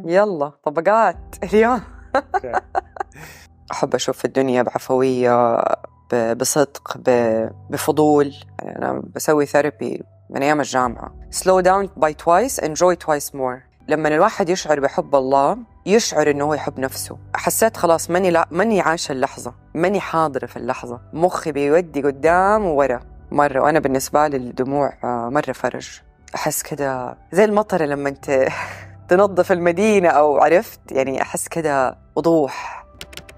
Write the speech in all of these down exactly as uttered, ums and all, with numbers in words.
يلا طبقات اليوم. أحب أشوف الدنيا بعفوية، ب- بصدق، ب- بفضول. يعني أنا بسوي ثيرابي من أيام الجامعة. slow down by twice, enjoy twice more. لما الواحد يشعر بحب الله يشعر إنه هو يحب نفسه. حسيت خلاص ماني لا ماني عايشة اللحظة، ماني حاضرة في اللحظة، مخي بيودي قدام وورا مرة. وأنا بالنسبة لي الدموع آه، مرة فرج. أحس كده زي المطر لما أنت تنظف المدينة، أو عرفت يعني، أحس كده وضوح.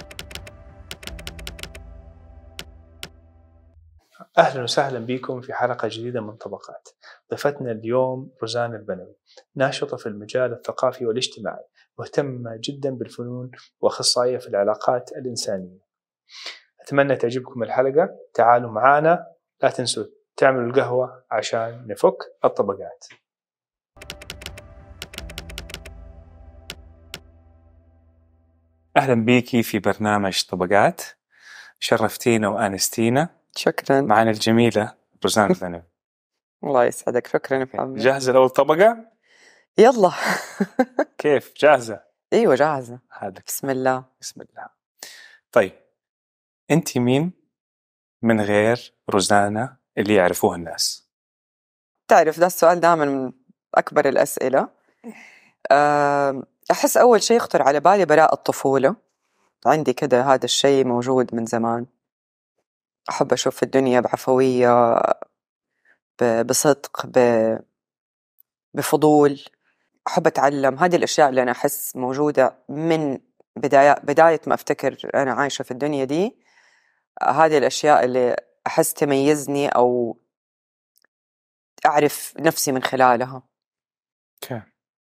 أهلا وسهلا بكم في حلقة جديدة من طبقات. ضيفتنا اليوم روزانا البنوي، ناشطة في المجال الثقافي والاجتماعي، مهتمة جدا بالفنون وأخصائية في العلاقات الإنسانية. أتمنى تعجبكم الحلقة. تعالوا معانا، لا تنسوا تعملوا القهوة عشان نفك الطبقات. أهلا بيكي في برنامج طبقات، شرفتينا وآنستينا. شكرا. معنا الجميلة روزانا البنوي. الله يسعدك. شكرا محمد. جاهزة لأول طبقة؟ يلا. كيف جاهزة؟ ايوه جاهزة. هذا بسم الله. بسم الله. طيب أنت مين من غير روزانا اللي يعرفوها الناس؟ تعرف ده السؤال دائما من أكبر الأسئلة. أحس أول شيء يخطر على بالي براءة الطفولة. عندي كده هذا الشيء موجود من زمان. أحب أشوف الدنيا بعفوية، ب- بصدق، ب- بفضول. أحب أتعلم. هذه الأشياء اللي أنا أحس موجودة من بداية بداية ما أفتكر أنا عايشة في الدنيا دي. هذه الأشياء اللي أحس تميزني أو أعرف نفسي من خلالها. okay.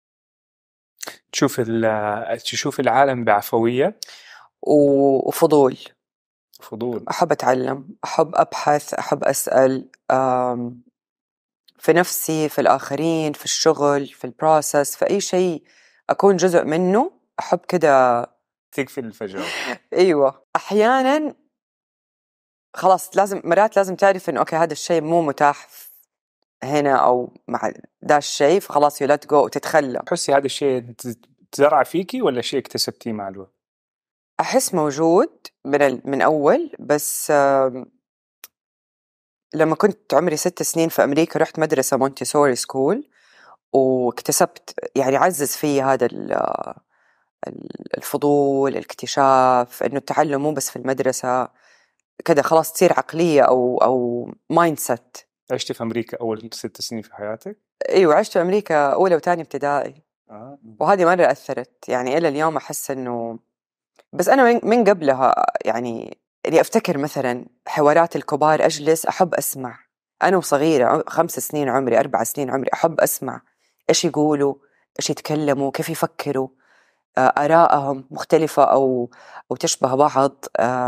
تشوف تشوف العالم بعفوية وفضول. فضول. أحب أتعلم، أحب أبحث، أحب أسأل في نفسي، في الآخرين، في الشغل، في البروسس، في أي شيء أكون جزء منه. أحب كده تكفي الفجوة. أيوة. أحيانا خلاص لازم مرات لازم تعرف إنه أوكي هذا الشيء مو متاح هنا أو مع ده الشيء، فخلاص you let go وتتخلى. تحسي هذا الشيء تزرع فيكي ولا شيء اكتسبتيه مع الوقت؟ أحس موجود من ال... من أول، بس لما كنت عمري ست سنين في أمريكا رحت مدرسة مونتيسوري سكول، واكتسبت يعني عزز في هذا الفضول، الاكتشاف، إنه التعلم مو بس في المدرسة كده خلاص تصير عقلية أو أو مايند سيت. عشتي في أمريكا أول ست سنين في حياتك؟ أيوة عشت في أمريكا أولى وثاني ابتدائي. آه. وهذه مرة أثرت يعني إلى اليوم. أحس إنه بس أنا من, من قبلها يعني اللي أفتكر مثلا حوارات الكبار أجلس أحب أسمع. أنا وصغيرة خمس سنين عمري، أربع سنين عمري، أحب أسمع إيش يقولوا، إيش يتكلموا، كيف يفكروا، آرائهم مختلفة أو أو تشبه بعض.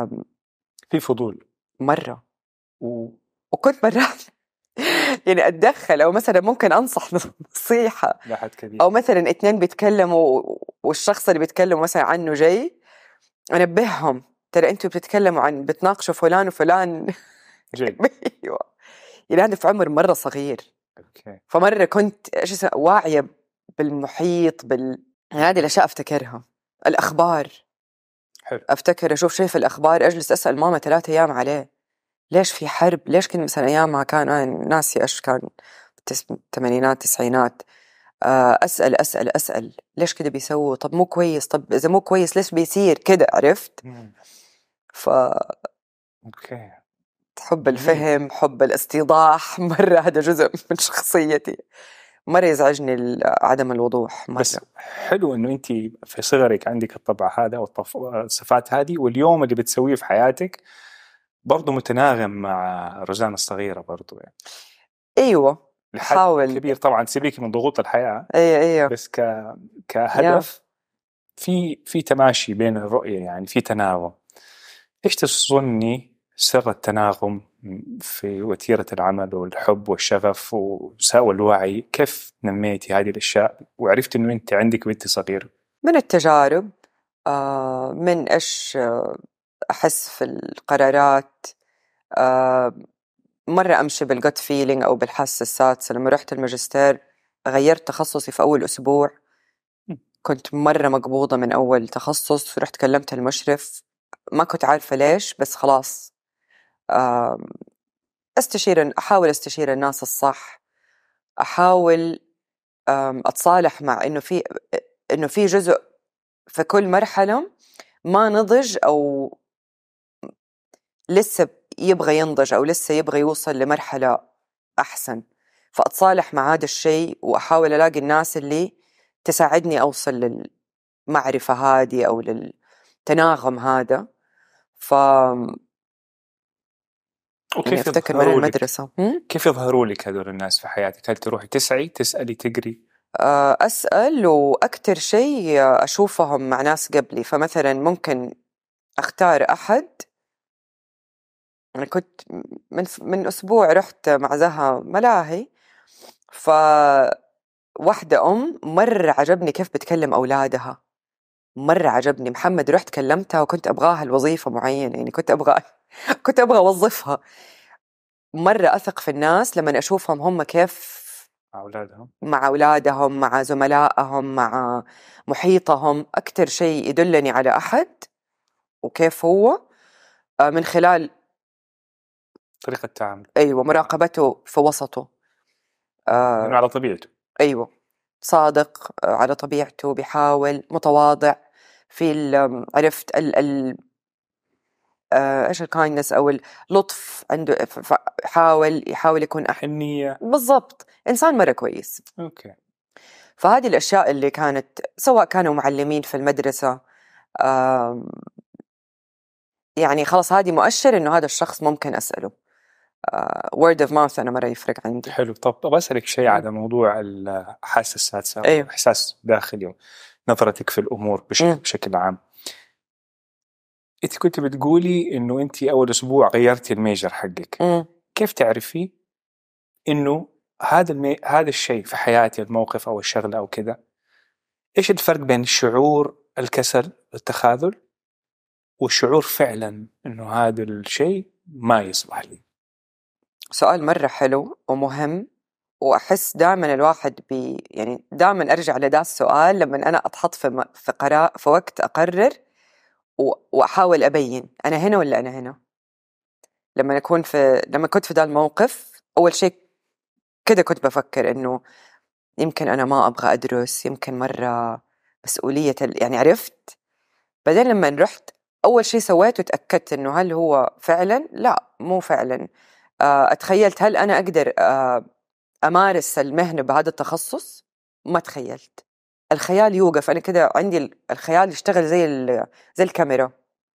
في فضول مرة. و... وكنت مرات يعني أتدخل، أو مثلا ممكن أنصح نصيحة، لحد كبير. أو مثلا اتنين بيتكلموا والشخص اللي بيتكلموا مثلا عنه جاي أنبههم ترى أنتوا بتتكلموا عن بتناقشوا فلان وفلان جاي. أيوة. يعني أنا في عمر مرة صغير. أوكي. فمرة كنت إيش اسمه واعية بالمحيط بال هذه الأشياء أفتكرها. الأخبار. حلو. أفتكر أشوف شيء في الأخبار أجلس أسأل ماما ثلاثة أيام عليه. ليش في حرب؟ ليش كنت مثلا أيامها كان أنا ناسي إيش كان الثمانينات تسعينات. أسأل أسأل أسأل ليش كده بيسووا؟ طب مو كويس، طب إذا مو كويس ليش بيصير كده؟ عرفت؟ ف أوكي. حب الفهم، حب الاستيضاح مرة هذا جزء من شخصيتي. مرة يزعجني عدم الوضوح مرة. بس حلو إنه أنت في صغرك عندك الطبع هذا والصفات هذه، واليوم اللي بتسويه في حياتك برضو متناغم مع روزانا الصغيرة برضو يعني. أيوة. لحد حاول. كبير طبعا تسيبيك من ضغوط الحياة. أيوة أيوة. بس ك كهدف في في تماشي بين الرؤية، يعني في تناغم. إيش تظني سر التناغم في وتيرة العمل والحب والشغف والوعي؟ كيف نميتي هذه الأشياء وعرفت إنه أنت عندك بنت صغيرة؟ من التجارب، آه من إيش أحس في القرارات. آه مرة أمشي بالجت فيلينج أو بالحاسة السادسة. لما رحت الماجستير غيرت تخصصي في أول أسبوع. كنت مرة مقبوضة من أول تخصص، رحت كلمت المشرف، ما كنت عارفة ليش، بس خلاص أستشير أحاول أستشير الناس الصح، أحاول أتصالح مع إنه في إنه في جزء في كل مرحلة ما نضج أو لسه يبغى ينضج أو لسه يبغى يوصل لمرحلة أحسن، فأتصالح مع هذا الشيء وأحاول ألاقي الناس اللي تساعدني أوصل للمعرفة هذه أو للتناغم هذا. ف وكيف يعني أفتكر من يظهروا لك المدرسة هم؟ كيف يظهروا لك هذول الناس في حياتك؟ هل تروحي تسعي تسألي تقري؟ آه، أسأل، وأكتر شيء أشوفهم مع ناس قبلي، فمثلا ممكن أختار أحد. أنا كنت من من أسبوع رحت مع زها ملاهي، فواحدة أم مرة عجبني كيف بتكلم أولادها، مرة عجبني محمد، رحت كلمتها وكنت أبغاها الوظيفة معينة، يعني كنت أبغى كنت أبغى أوظفها. مرة أثق في الناس لما أشوفهم هم كيف مع أولادهم مع أولادهم مع زملائهم مع محيطهم. أكتر شيء يدلني على أحد وكيف هو من خلال طريقة تعامل، أيوة مراقبته في وسطه، آه على طبيعته. أيوة صادق، على طبيعته، بيحاول، متواضع، في عرفت ال ال آه إيش الكايندنس أو اللطف عنده، يحاول يحاول يكون حنية بالضبط، إنسان مرة كويس. أوكي. فهذه الأشياء اللي كانت سواء كانوا معلمين في المدرسة، آه يعني خلاص هذه مؤشر إنه هذا الشخص ممكن أسأله. آه word of mouth أنا مرة يفرق عندي. حلو. طب طب أسألك شيء على موضوع الحاسة السادسة، أيوه. إحساس داخلي، نظرتك في الأمور بشكل, بشكل عام. أنت كنت بتقولي إنه أنت أول أسبوع غيرتي الميجر حقك. م. كيف تعرفي إنه هذا المي... هذا الشيء في حياتي، الموقف أو الشغلة أو كذا، إيش الفرق بين الشعور الكسل التخاذل والشعور فعلا إنه هذا الشيء ما يصلح لي؟ سؤال مرة حلو ومهم، وأحس دائما الواحد بي يعني دائما أرجع لدا السؤال لما أنا أتحط في في قرار في وقت أقرر و... وأحاول أبين أنا هنا ولا أنا هنا. لما أكون في لما كنت في ذا الموقف، أول شيء كده كنت بفكر إنه يمكن أنا ما أبغى أدرس، يمكن مرة مسؤولية يعني عرفت. بعدين لما رحت أول شيء سويته تأكدت إنه هل هو فعلا، لا مو فعلا. أتخيلت هل أنا أقدر أمارس المهنة بهذا التخصص؟ ما تخيلت. الخيال يوقف، أنا كده عندي الخيال يشتغل زي زي الكاميرا.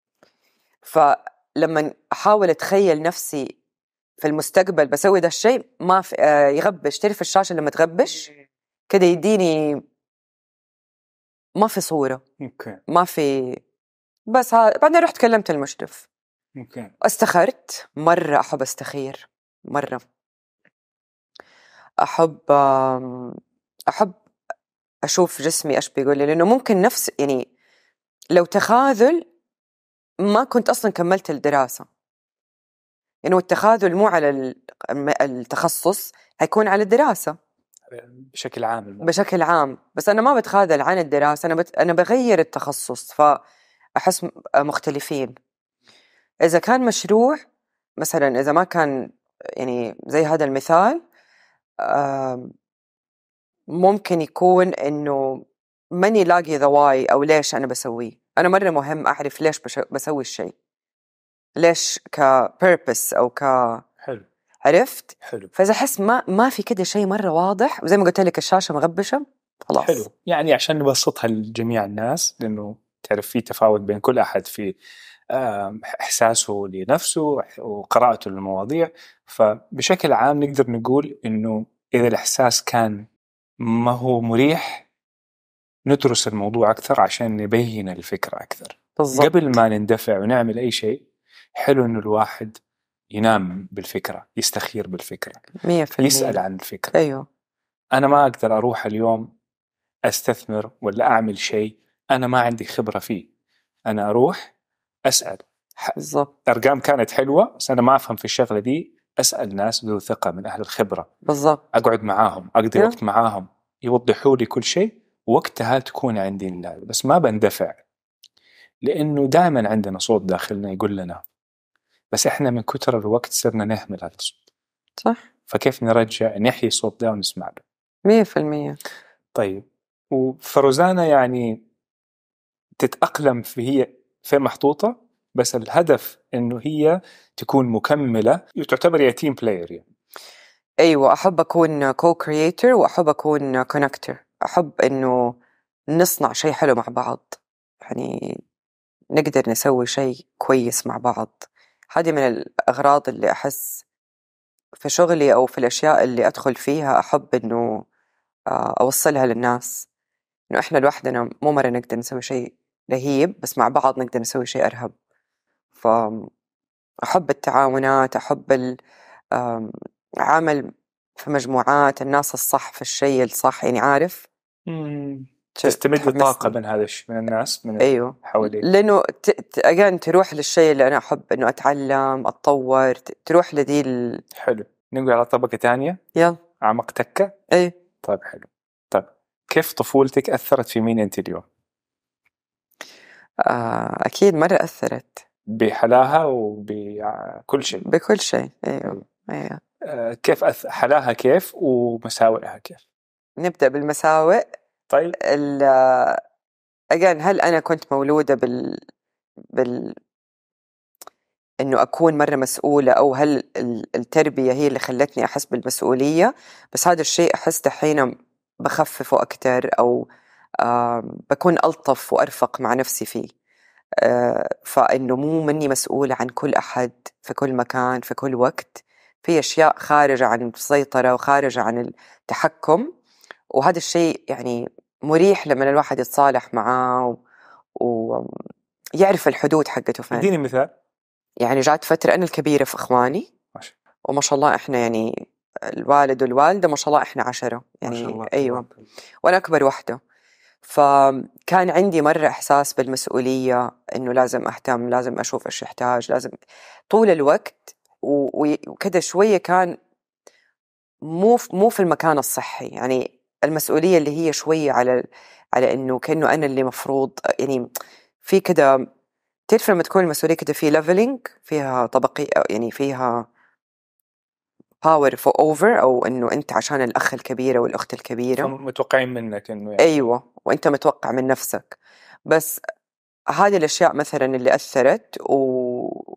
فلما أحاول أتخيل نفسي في المستقبل بسوي ده الشيء ما في يغبش، تعرف الشاشة لما تغبش كده يديني ما في صورة. أوكي. ما في. بس ها بعدين رحت كلمت المشرف. أوكي. استخرت مرة، أحب أستخير مرة، أحب أحب أشوف جسمي إيش بيقول لي، لأنه ممكن نفس يعني لو تخاذل ما كنت أصلا كملت الدراسة، يعني التخاذل مو على التخصص، هيكون على الدراسة بشكل عام. بشكل عام، بس أنا ما بتخاذل عن الدراسة، أنا بت... أنا بغير التخصص، فأحس مختلفين. إذا كان مشروع مثلا، إذا ما كان يعني زي هذا المثال، ممكن يكون إنه ماني لاقي ذواي أو ليش أنا بسويه. أنا مرة مهم أعرف ليش بش... بسوي الشيء، ليش كبيربس أو ك حلو. عرفت؟ حلو. فإذا أحس ما ما في كده شيء مرة واضح، وزي ما قلت لك الشاشة مغبشة، خلاص. حلو. يعني عشان نبسطها لجميع الناس، لأنه تعرف في تفاوت بين كل أحد في إحساسه لنفسه وقراءته للمواضيع. فبشكل عام نقدر نقول إنه إذا الإحساس كان ما هو مريح، ندرس الموضوع أكثر عشان نبين الفكرة أكثر. بالضبط. قبل ما نندفع ونعمل أي شيء، حلو إنه الواحد ينام بالفكرة، يستخير بالفكرة، مية في المية. يسأل عن الفكرة. أيوه. أنا ما أقدر أروح اليوم أستثمر ولا أعمل شيء أنا ما عندي خبرة فيه. أنا أروح أسأل. بالضبط. أرقام كانت حلوة بس أنا ما أفهم في الشغلة دي، أسأل ناس ذو ثقة من أهل الخبرة. بالضبط. أقعد معاهم، أقضي وقت معاهم، يوضحوا لي كل شيء، وقتها تكون عندي لا بس ما بندفع، لأنه دائما عندنا صوت داخلنا يقول لنا، بس إحنا من كتر الوقت صرنا نهمل هذا الصوت. صح. فكيف نرجع نحيي الصوت ده ونسمع له؟ مية في المية. طيب، وفروزانا يعني تتأقلم في هي في محطوطة، بس الهدف إنه هي تكون مكملة، تعتبر هي تيم بلاير يعني. أيوة، أحب أكون كو كرييتر وأحب أكون كونكتر، أحب إنه نصنع شيء حلو مع بعض، يعني نقدر نسوي شيء كويس مع بعض. هذه من الأغراض اللي أحس في شغلي أو في الأشياء اللي أدخل فيها أحب إنه أوصلها للناس، إنه إحنا لوحدنا مو مرة نقدر نسوي شيء رهيب، بس مع بعض نقدر نسوي شيء أرهب. فأحب التعاونات، أحب العمل في مجموعات، الناس الصح في الشيء الصح، يعني عارف تستمد طاقة من هذا الشيء، من الناس، من أيوه حواليك، لأنه ت... ت... أجان تروح للشيء اللي أنا أحب إنه أتعلم أتطور، ت... تروح لدي ال... حلو. نقول على طبقة تانية، يلا أعمق تكة. أي طيب حلو. طيب كيف طفولتك أثرت في مين أنت اليوم؟ آه أكيد مرة أثرت بحلاها وبكل شيء. بكل شيء. أيوه أيوه. آه كيف أث... حلاها كيف ومساوئها كيف؟ نبدأ بالمساوئ. طيب ال أجان هل أنا كنت مولودة بال بال إنه أكون مرة مسؤولة، أو هل التربية هي اللي خلتني أحس بالمسؤولية؟ بس هذا الشيء أحس دحين بخففه أكتر، أو آه بكون ألطف وأرفق مع نفسي فيه. آه فإنه مو مني مسؤولة عن كل أحد في كل مكان في كل وقت، في أشياء خارجة عن السيطرة وخارجة عن التحكم، وهذا الشيء يعني مريح لما الواحد يتصالح معاه ويعرف الحدود حقته فين. اديني مثال. يعني جات فترة أنا الكبيرة في إخواني، ماشي. وما شاء الله إحنا يعني الوالد والوالدة ما شاء الله إحنا عشرة يعني. ما شاء الله. أيوة. وأنا أكبر واحدة، فكان عندي مرة إحساس بالمسؤولية، إنه لازم أهتم، لازم أشوف إيش يحتاج، لازم طول الوقت، وكذا شوية كان مو مو في المكان الصحي، يعني المسؤولية اللي هي شوية على على إنه كأنه أنا اللي مفروض، يعني في كده تعرف لما تكون المسؤولية كده في ليفلينج، فيها طبقي، يعني فيها باور فور اوفر، أو إنه أنت عشان الأخ الكبيرة والأخت الكبيرة متوقعين منك إنه يعني. أيوة، وأنت متوقع من نفسك. بس هذه الأشياء مثلا اللي أثرت، و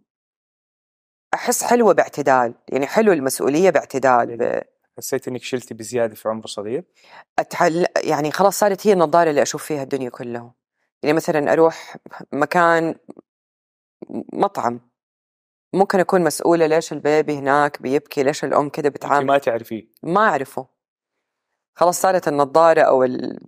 أحس حلوة باعتدال، يعني حلو المسؤولية باعتدال. ب... حسيت إنك شلتي بزيادة في عمر صغير؟ أتحل... يعني خلاص صارت هي النظارة اللي أشوف فيها الدنيا كلها. يعني مثلا أروح مكان مطعم، ممكن أكون مسؤولة ليش البيبي هناك بيبكي، ليش الأم كده بتعامل، ما تعرفيه، ما أعرفه، خلاص صارت النظارة أو ال...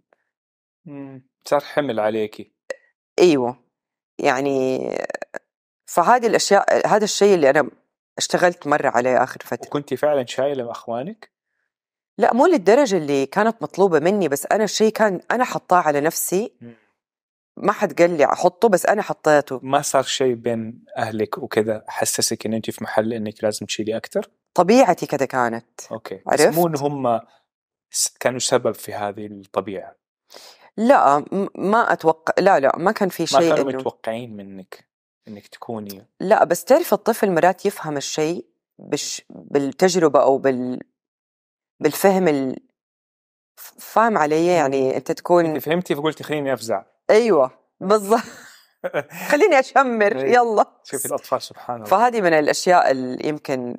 صار حمل عليكي. أيوة يعني. فهذه الأشياء، هذا الشيء اللي أنا اشتغلت مرة عليه آخر فترة. وكنتي فعلا شايلة أخوانك؟ لا مو للدرجة اللي كانت مطلوبة مني، بس أنا الشيء كان أنا حطاه على نفسي، ما حد قال لي أحطه بس أنا حطيته. ما صار شيء بين أهلك وكذا حسسك إن أنت في محل إنك لازم تشيلي أكتر؟ طبيعتي كذا كانت. أوكي. عرفت؟ بس مو إن هم كانوا سبب في هذه الطبيعة؟ لا ما أتوقع، لا لا ما كان في شيء. ما كانوا إنه متوقعين منك إنك تكوني. لا بس تعرف الطفل مرات يفهم الشيء بش بالتجربة أو بال بالفهم ال... فاهم علي يعني. أنت تكون أنت فهمتي فقلتي خليني أفزع. أيوة بالضبط. خليني أشمر يلا. شوفي الأطفال سبحان الله. فهذه من الأشياء اللي يمكن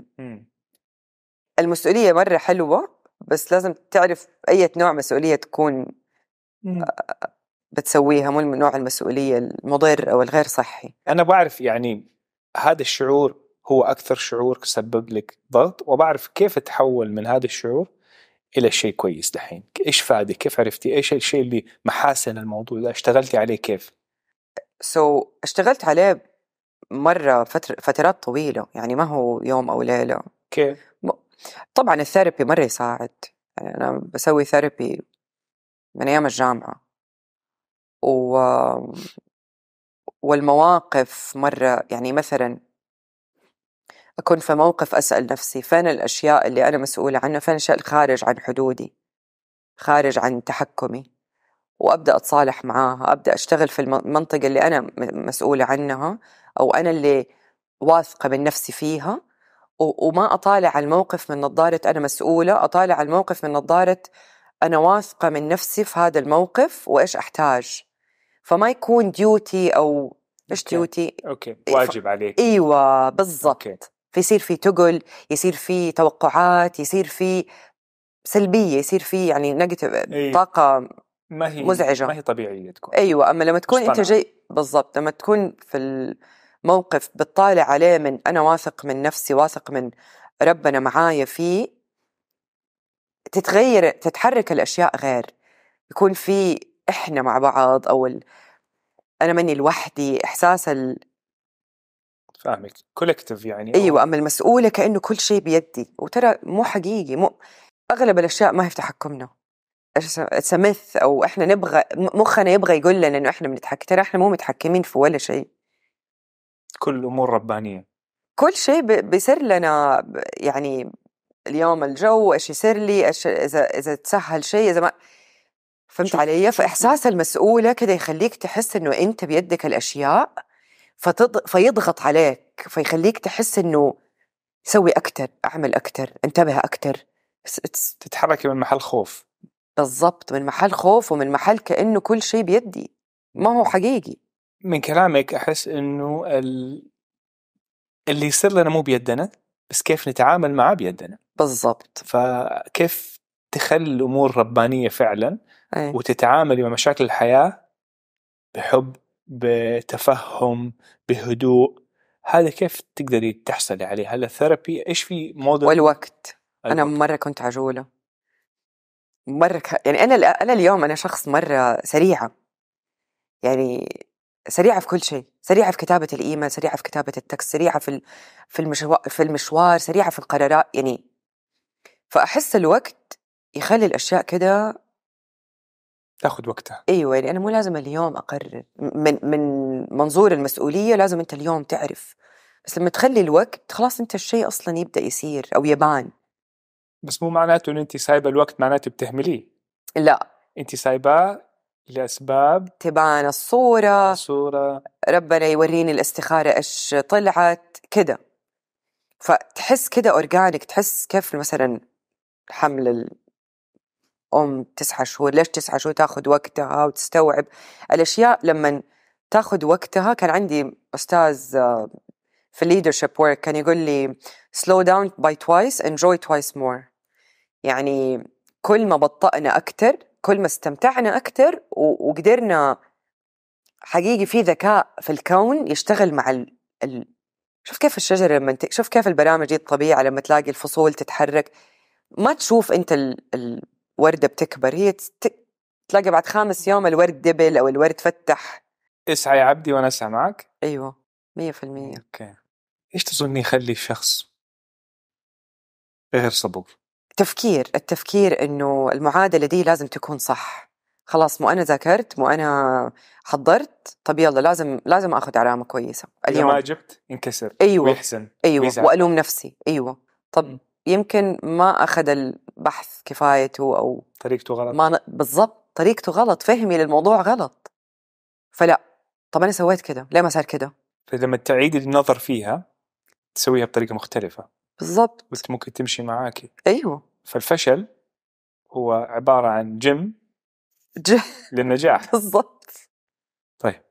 المسؤولية مرة حلوة، بس لازم تعرف أي نوع مسؤولية تكون بتسويها، مو نوع المسؤولية المضر أو الغير صحي. أنا بعرف يعني هذا الشعور هو أكثر شعور سبب لك ضغط، وبعرف كيف تحول من هذا الشعور إلى شيء كويس دحين. إيش فادك؟ كيف عرفتي إيش الشيء اللي محاسن الموضوع ده؟ اشتغلتي عليه كيف؟ سو so, اشتغلت عليه مرة فتر... فترات طويلة، يعني ما هو يوم أو ليلة. كيف؟ طبعا الثيرابي مرة يساعد، يعني أنا بسوي ثيرابي من أيام الجامعة، و... والمواقف مرة، يعني مثلا أكون في موقف أسأل نفسي فين الأشياء اللي أنا مسؤولة عنها، فين الأشياء الخارج عن حدودي، خارج عن تحكمي، وأبدأ أتصالح معاها، أبدأ أشتغل في المنطقة اللي أنا مسؤولة عنها أو أنا اللي واثقة من نفسي فيها، وما أطالع على الموقف من نظارة أنا مسؤولة، أطالع على الموقف من نظارة أنا واثقة من نفسي في هذا الموقف وإيش أحتاج. فما يكون ديوتي أو إيش ديوتي أوكي واجب عليك. أيوة بالضبط. فيصير في تقل، يصير في توقعات، يصير في سلبية، يصير في يعني نيجاتيف أي. طاقة ما هي مزعجة، ما هي طبيعية تكون. أيوة. أما لما تكون أنت جاي بالضبط، لما تكون في الموقف بتطالع عليه من أنا واثق من نفسي، واثق من ربنا معايا فيه، تتغير تتحرك الأشياء غير، يكون في إحنا مع بعض أو ال... أنا مني لوحدي، إحساس ال... فاهمك كولكتيف يعني. أيوة. أما المسؤولة كأنه كل شيء بيدي، وترى مو حقيقي، مو أغلب الأشياء ما هي في تحكمنا. سمث أو إحنا نبغى مخنا يبغى يقول لنا إنه إحنا بنتحكم، ترى إحنا مو متحكمين في ولا شيء. كل أمور ربانية، كل شيء بيصير لنا يعني. اليوم الجو إيش يصير لي، إيش إذا إذا تسهل شيء، إذا ما فهمت علي. فإحساس المسؤولة كده يخليك تحس إنه أنت بيدك الأشياء، فتض... فيضغط عليك، فيخليك تحس إنه سوي أكتر، أعمل أكتر، انتبه أكتر، تتحرك من محل خوف. بالضبط، من محل خوف ومن محل كأنه كل شيء بيدي، ما هو حقيقي. من كلامك أحس إنه ال... اللي يصير لنا مو بيدنا، بس كيف نتعامل معه بيدنا. بالضبط. فكيف تخلي الأمور ربانية فعلا أي. وتتعاملي مع مشاكل الحياة بحب، بتفهم، بهدوء، هذا كيف تقدري تحصلي عليه؟ هل الثيرابي إيش في موديل؟ والوقت. الوقت. أنا مرة كنت عجولة مرة ك... يعني أنا أنا اليوم أنا شخص مرة سريعة، يعني سريعة في كل شيء، سريعة في كتابة الإيميل، سريعة في كتابة التكست، سريعة في في المشوار في المشوار سريعة في القرارات يعني. فأحس الوقت يخلي الأشياء كده تاخد وقتها. أيوة، يعني أنا مو لازم اليوم أقرر من من منظور المسؤولية، لازم أنت اليوم تعرف، بس لما تخلي الوقت خلاص أنت الشيء أصلا يبدأ يصير أو يبان. بس مو معناته إن أنت سايبة الوقت معناته بتهمليه، لا، أنت سايباه لأسباب تبان الصورة، الصورة، ربنا يوريني الاستخارة إيش طلعت كده، فتحس كده أورجانيك. تحس كيف مثلا حمل الأم تسعة شهور، ليش تسعة شهور تاخد وقتها وتستوعب الأشياء لما تاخد وقتها. كان عندي أستاذ في leadership work كان يقول لي slow down by twice, enjoy twice more. يعني كل ما بطأنا أكتر كل ما استمتعنا أكتر، وقدرنا حقيقي في ذكاء في الكون يشتغل مع ال... ال... شوف كيف الشجرة لما ت... شوف كيف البرامج الطبيعة لما تلاقي الفصول تتحرك، ما تشوف أنت ال... الوردة بتكبر، هي ت... تلاقي بعد خامس يوم الورد دبل أو الورد فتح. اسعى يا عبدي وأنا أسعى معك. أيوة مية في المية. أوكي. إيش تظني يخلي الشخص غير صبور؟ تفكير التفكير إنه المعادلة دي لازم تكون صح. خلاص، مو أنا ذاكرت، مو أنا حضرت، طب يلا لازم لازم أخذ علامة كويسة اليوم. إذا ما جبت ينكسر. أيوة. ويحسن. أيوة ويزعل. وألوم نفسي. أيوة. طب م. يمكن ما أخذ البحث كفايته أو طريقته غلط. ما ن... بالضبط طريقته غلط، فهمي للموضوع غلط، فلا طب أنا سويت كده ليه ما صار كده. فلما تعيدي النظر فيها تسويها بطريقة مختلفة. بالضبط. وانت ممكن تمشي معاكي. أيوة. فالفشل هو عبارة عن جيم ج... للنجاح. بالضبط. طيب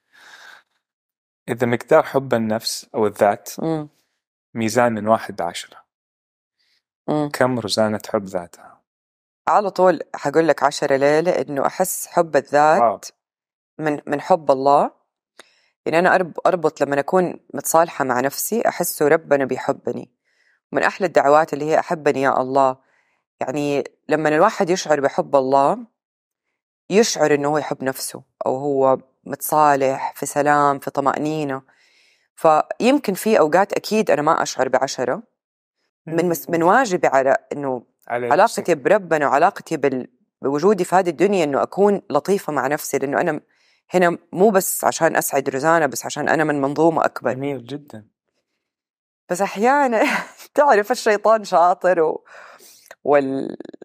إذا مقدار حب النفس أو الذات م. ميزان من واحد بعشرة، م. كم رزانة حب ذاتها؟ على طول حقول لك عشرة ليلة. إنه أحس حب الذات من من حب الله. يعني أنا أربط لما أكون متصالحة مع نفسي أحس ربنا بيحبني. من أحلى الدعوات اللي هي أحبني يا الله. يعني لما الواحد يشعر بحب الله يشعر إنه هو يحب نفسه، أو هو متصالح في سلام في طمأنينة. فيمكن في أوقات أكيد أنا ما أشعر بعشرة. من مس من واجبي على إنه على علاقتي بربنا وعلاقتي بال بوجودي في هذه الدنيا إنه أكون لطيفة مع نفسي، لأنه أنا هنا مو بس عشان أسعد رزانة، بس عشان أنا من منظومة أكبر. جميل جدا. بس أحيانا تعرف الشيطان شاطر و... وال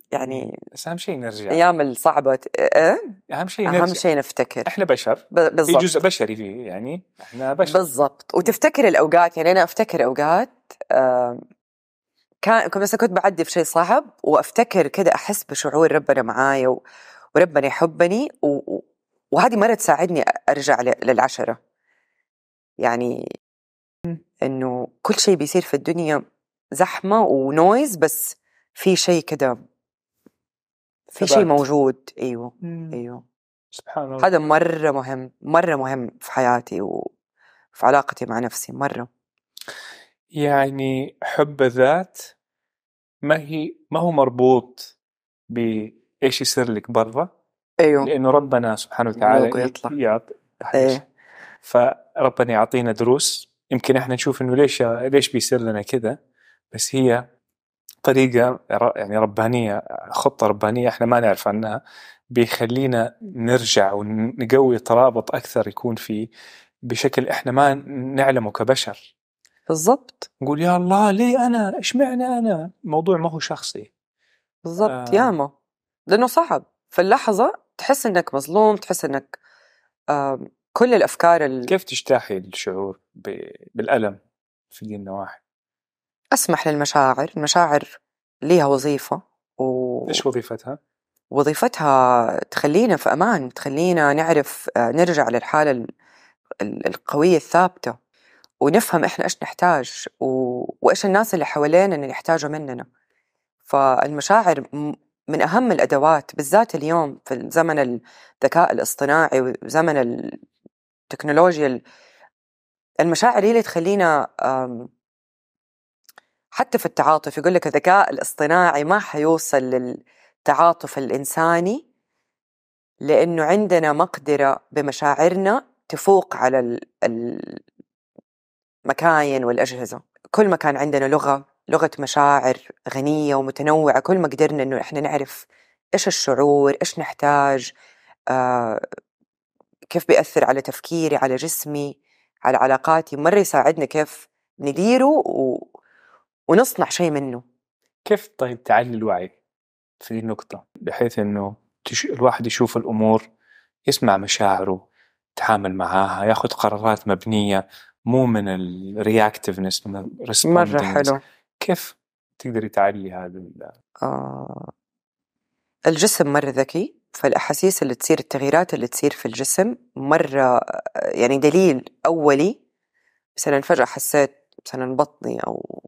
يعني بس أهم شيء نرجع أيام الصعبة إيه؟ أهم شيء نرجع. أهم شيء نفتكر إحنا بشر، بالضبط، في جزء بشري فيه، يعني إحنا بشر بالضبط. وتفتكر الأوقات، يعني أنا أفتكر أوقات آه كان مثلا كنت بعدي في شيء صعب وأفتكر كده، أحس بشعور ربنا معايا و... وربنا يحبني و... وهذه مرة تساعدني أرجع ل... للعشرة. يعني إنه كل شيء بيصير في الدنيا زحمة ونويز، بس في شيء كده، في شيء موجود. أيوه مم. أيوه سبحان الله. هذا مرة مهم، مرة مهم في حياتي وفي علاقتي مع نفسي مرة. يعني حب الذات ما هي ما هو مربوط بإيش يصير لك برا، أيوه لأنه ربنا سبحانه وتعالى يعطي إيه. فربنا يعطينا دروس، يمكن احنا نشوف انه ليش ليش بيصير لنا كذا، بس هي طريقة يعني ربانية، خطة ربانية احنا ما نعرف عنها، بيخلينا نرجع ونقوي ترابط أكثر يكون فيه بشكل احنا ما نعلمه كبشر. بالضبط. نقول يا الله ليه أنا، إيش معنى أنا، الموضوع ما هو شخصي. بالضبط. آه. ياما لأنه صعب في اللحظة تحس إنك مظلوم، تحس إنك آه كل الأفكار ال... كيف تجتاحي الشعور بالألم في دي النواحي؟ أسمح للمشاعر. المشاعر ليها وظيفة و... إيش وظيفتها؟ وظيفتها تخلينا في أمان، تخلينا نعرف آه نرجع للحالة ال... ال... القوية الثابتة، ونفهم إحنا إيش نحتاج و... وإيش الناس اللي حوالينا اللي يحتاجوا مننا. فالمشاعر من أهم الأدوات، بالذات اليوم في زمن الذكاء الاصطناعي وزمن التكنولوجيا. المشاعر هي اللي تخلينا حتى في التعاطف. يقول لك الذكاء الاصطناعي ما حيوصل للتعاطف الإنساني، لأنه عندنا مقدرة بمشاعرنا تفوق على المكاين والأجهزة. كل ما كان عندنا لغة لغة مشاعر غنية ومتنوعة، كل ما قدرنا إنه إحنا نعرف إيش الشعور، إيش نحتاج، آه كيف بيأثر على تفكيري، على جسمي، على علاقاتي. مرة يساعدنا كيف نديره و... ونصنع شيء منه. كيف طيب تعلي الوعي في النقطة بحيث إنه تش... الواحد يشوف الأمور، يسمع مشاعره، يتعامل معاها، ياخذ قرارات مبنية مو من الرياكتيفنس، من مرة حلو. كيف تقدري تعلي هذا؟ آه الجسم مرة ذكي، فالأحاسيس اللي تصير، التغييرات اللي تصير في الجسم مرة، يعني دليل أولي مثلا فجأة حسيت مثلا بطني أو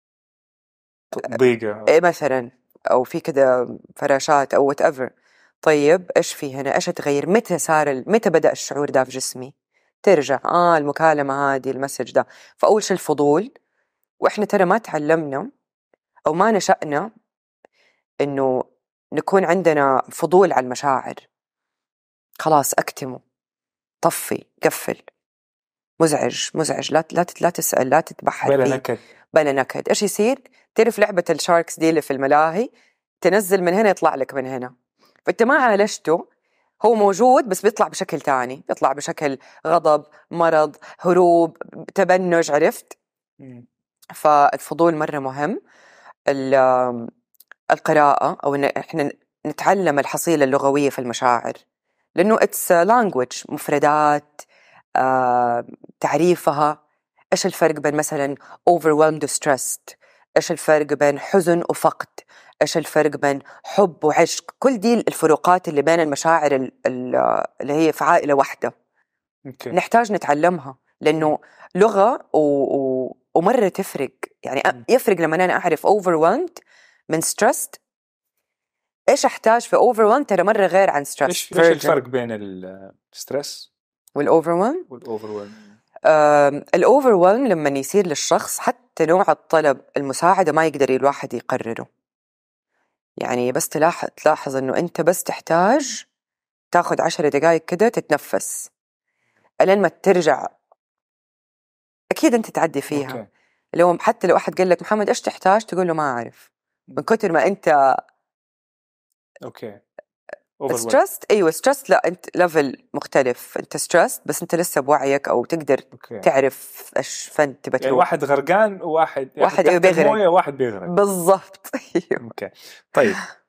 ضيقة إيه مثلا، أو في كده فراشات أو whatever. طيب إيش في هنا؟ إيش تغير؟ متى صار؟ متى بدأ الشعور ده في جسمي؟ ترجع آه المكالمة هذه، المسج ده. فأول شيء الفضول. وإحنا ترى ما تعلمنا أو ما نشأنا إنه نكون عندنا فضول على المشاعر. خلاص أكتمه، طفي، قفل، مزعج مزعج، لا لا لا تسأل، لا تتبحر بلا فيه. نكد بلا نكد. إيش يصير؟ تعرف لعبة الشاركس دي اللي في الملاهي، تنزل من هنا يطلع لك من هنا، فأنت ما عالجته، هو موجود بس بيطلع بشكل تاني، بيطلع بشكل غضب، مرض، هروب، تبنج. عرفت؟ م. فالفضول مرة مهم. القراءة أو إن إحنا نتعلم الحصيلة اللغوية في المشاعر، لأنه it's language، مفردات، آه، تعريفها. إيش الفرق بين مثلا overwhelmed و stressed؟ إيش الفرق بين حزن وفقد؟ إيش الفرق بين حب وعشق؟ كل دي الفروقات اللي بين المشاعر اللي هي في عائلة واحدة. okay. نحتاج نتعلمها، لأنه لغة و... و... ومرة تفرق. يعني يفرق لما أنا أعرف overwhelmed من stressed. إيش أحتاج في overwhelmed ترى مرة غير عن stress. إيش إيش الفرق بين الستريس والoverwhelm؟ والoverwhelm الoverwhelm لما يصير للشخص حتى نوع الطلب المساعدة ما يقدر الواحد يقرره. يعني بس تلاحظ تلاحظ إنه أنت بس تحتاج تاخد عشر دقائق كده تتنفس ألين ما ترجع. أكيد أنت تعدي فيها. okay. لو حتى لو أحد قال لك محمد إيش تحتاج، تقول له ما أعرف، من كتر ما أنت أوكي stressed. أيوة stressed، لا أنت level مختلف، أنت stressed بس أنت لسه بوعيك أو تقدر okay. تعرف إيش فين تبى تروح. يعني واحد غرقان وواحد واحد تحت بيغرق، الموية وواحد بيغرق بالضبط. أوكي طيب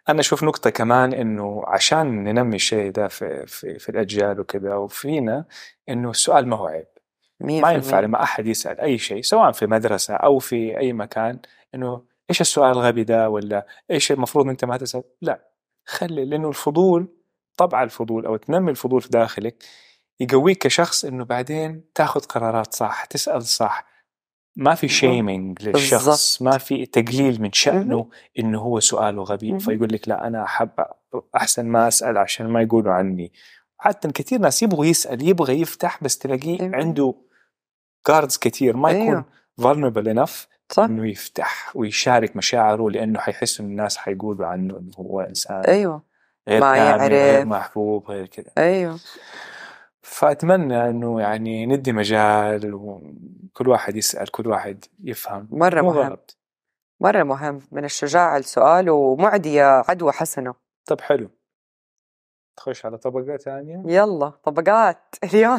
أنا أشوف نقطة كمان إنه عشان ننمي الشيء ده في في في الأجيال وكذا وفينا، إنه السؤال ما هو عيب. ما ينفع لما أحد يسأل أي شيء سواء في مدرسة أو في أي مكان إنه إيش السؤال الغبي ده ولا إيش المفروض أنت ما تسأل. لا، خلي، لأنه الفضول، طبع الفضول أو تنمي الفضول في داخلك يقويك كشخص إنه بعدين تاخذ قرارات صح، تسأل صح. ما في شيمينج للشخص، ما في تقليل من شأنه إنه هو سؤاله غبي فيقول لك لا أنا أحب أحسن ما أسأل عشان ما يقولوا عني. حتى كثير ناس يبغوا يسأل، يبغى يفتح، بس تلاقيه أيوة. عنده كاردز كثير، ما يكون أيوة. vulnerable enough صح. إنه يفتح ويشارك مشاعره، لأنه حيحس إن الناس حيقولوا عنه إنه هو إنسان أيوة. غير ما كامل، غير يعرف، محبوب، غير كذا. أيوة. فأتمنى إنه يعني ندي مجال وكل واحد يسأل، كل واحد يفهم. مرة مهم غلط. مرة مهم، من الشجاعة السؤال ومعدية عدوى حسنة. طب حلو، تخش على طبقة ثانية. يلا طبقات اليوم.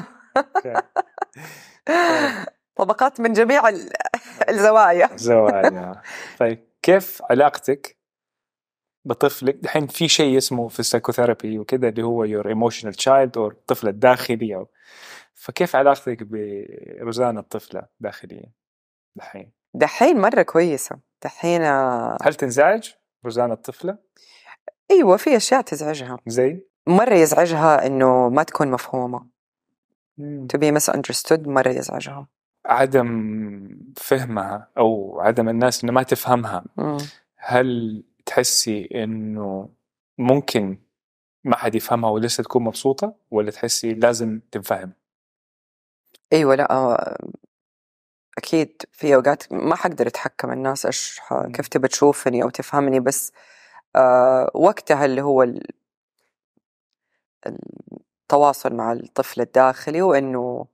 طبقات من جميع الزوايا. زوايا. طيب كيف علاقتك بطفلك دحين؟ في شيء اسمه في السايكوثيرابي وكذا اللي هو your emotional child أو الطفل الداخلي أو، فكيف علاقتك بروزانا الطفلة داخليا دحين؟ دحين مرة كويسة دحين. هل تنزعج روزانا الطفلة؟ أيوة، في أشياء تزعجها. زي؟ مرة يزعجها إنه ما تكون مفهومة. مم. to be misunderstood. مرة يزعجها عدم فهمها أو عدم الناس إنه ما تفهمها. مم. هل تحسي إنه ممكن ما حد يفهمها ولسه تكون مبسوطة، ولا تحسي لازم تفهم؟ أيوة، لا أكيد في أوقات ما حقدر أتحكم الناس إيش كيف تبى تشوفني أو تفهمني، بس آه وقتها اللي هو التواصل مع الطفل الداخلي، وإنه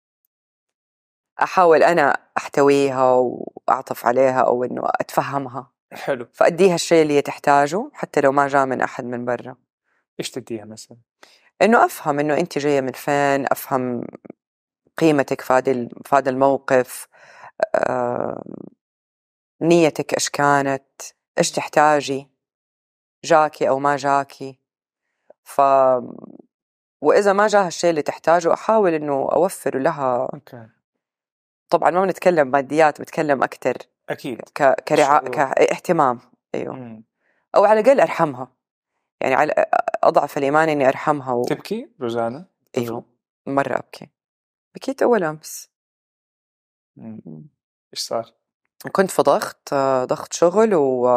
أحاول أنا أحتويها وأعطف عليها أو إنه أتفهمها. حلو. فأديها الشيء اللي هي تحتاجه حتى لو ما جاء من أحد من برا. إيش تديها مثلا؟ إنه أفهم إنه أنت جاية من فين، أفهم قيمتك في هذا الموقف، آه نيتك إيش كانت، إيش تحتاجي، جاكي أو ما جاكي. ف وإذا ما جاها الشيء اللي تحتاجه أحاول إنه أوفر لها. أوكي. طبعا ما بنتكلم ماديات، بتكلم أكتر أكيد ك... كرعاية كاهتمام. أيوه. مم. أو على الأقل أرحمها، يعني على أضعف الإيمان إني أرحمها و... تبكي روزانا؟ أيوه مرة أبكي، بكيت أول أمس. إيش صار؟ كنت في ضغط ضغط شغل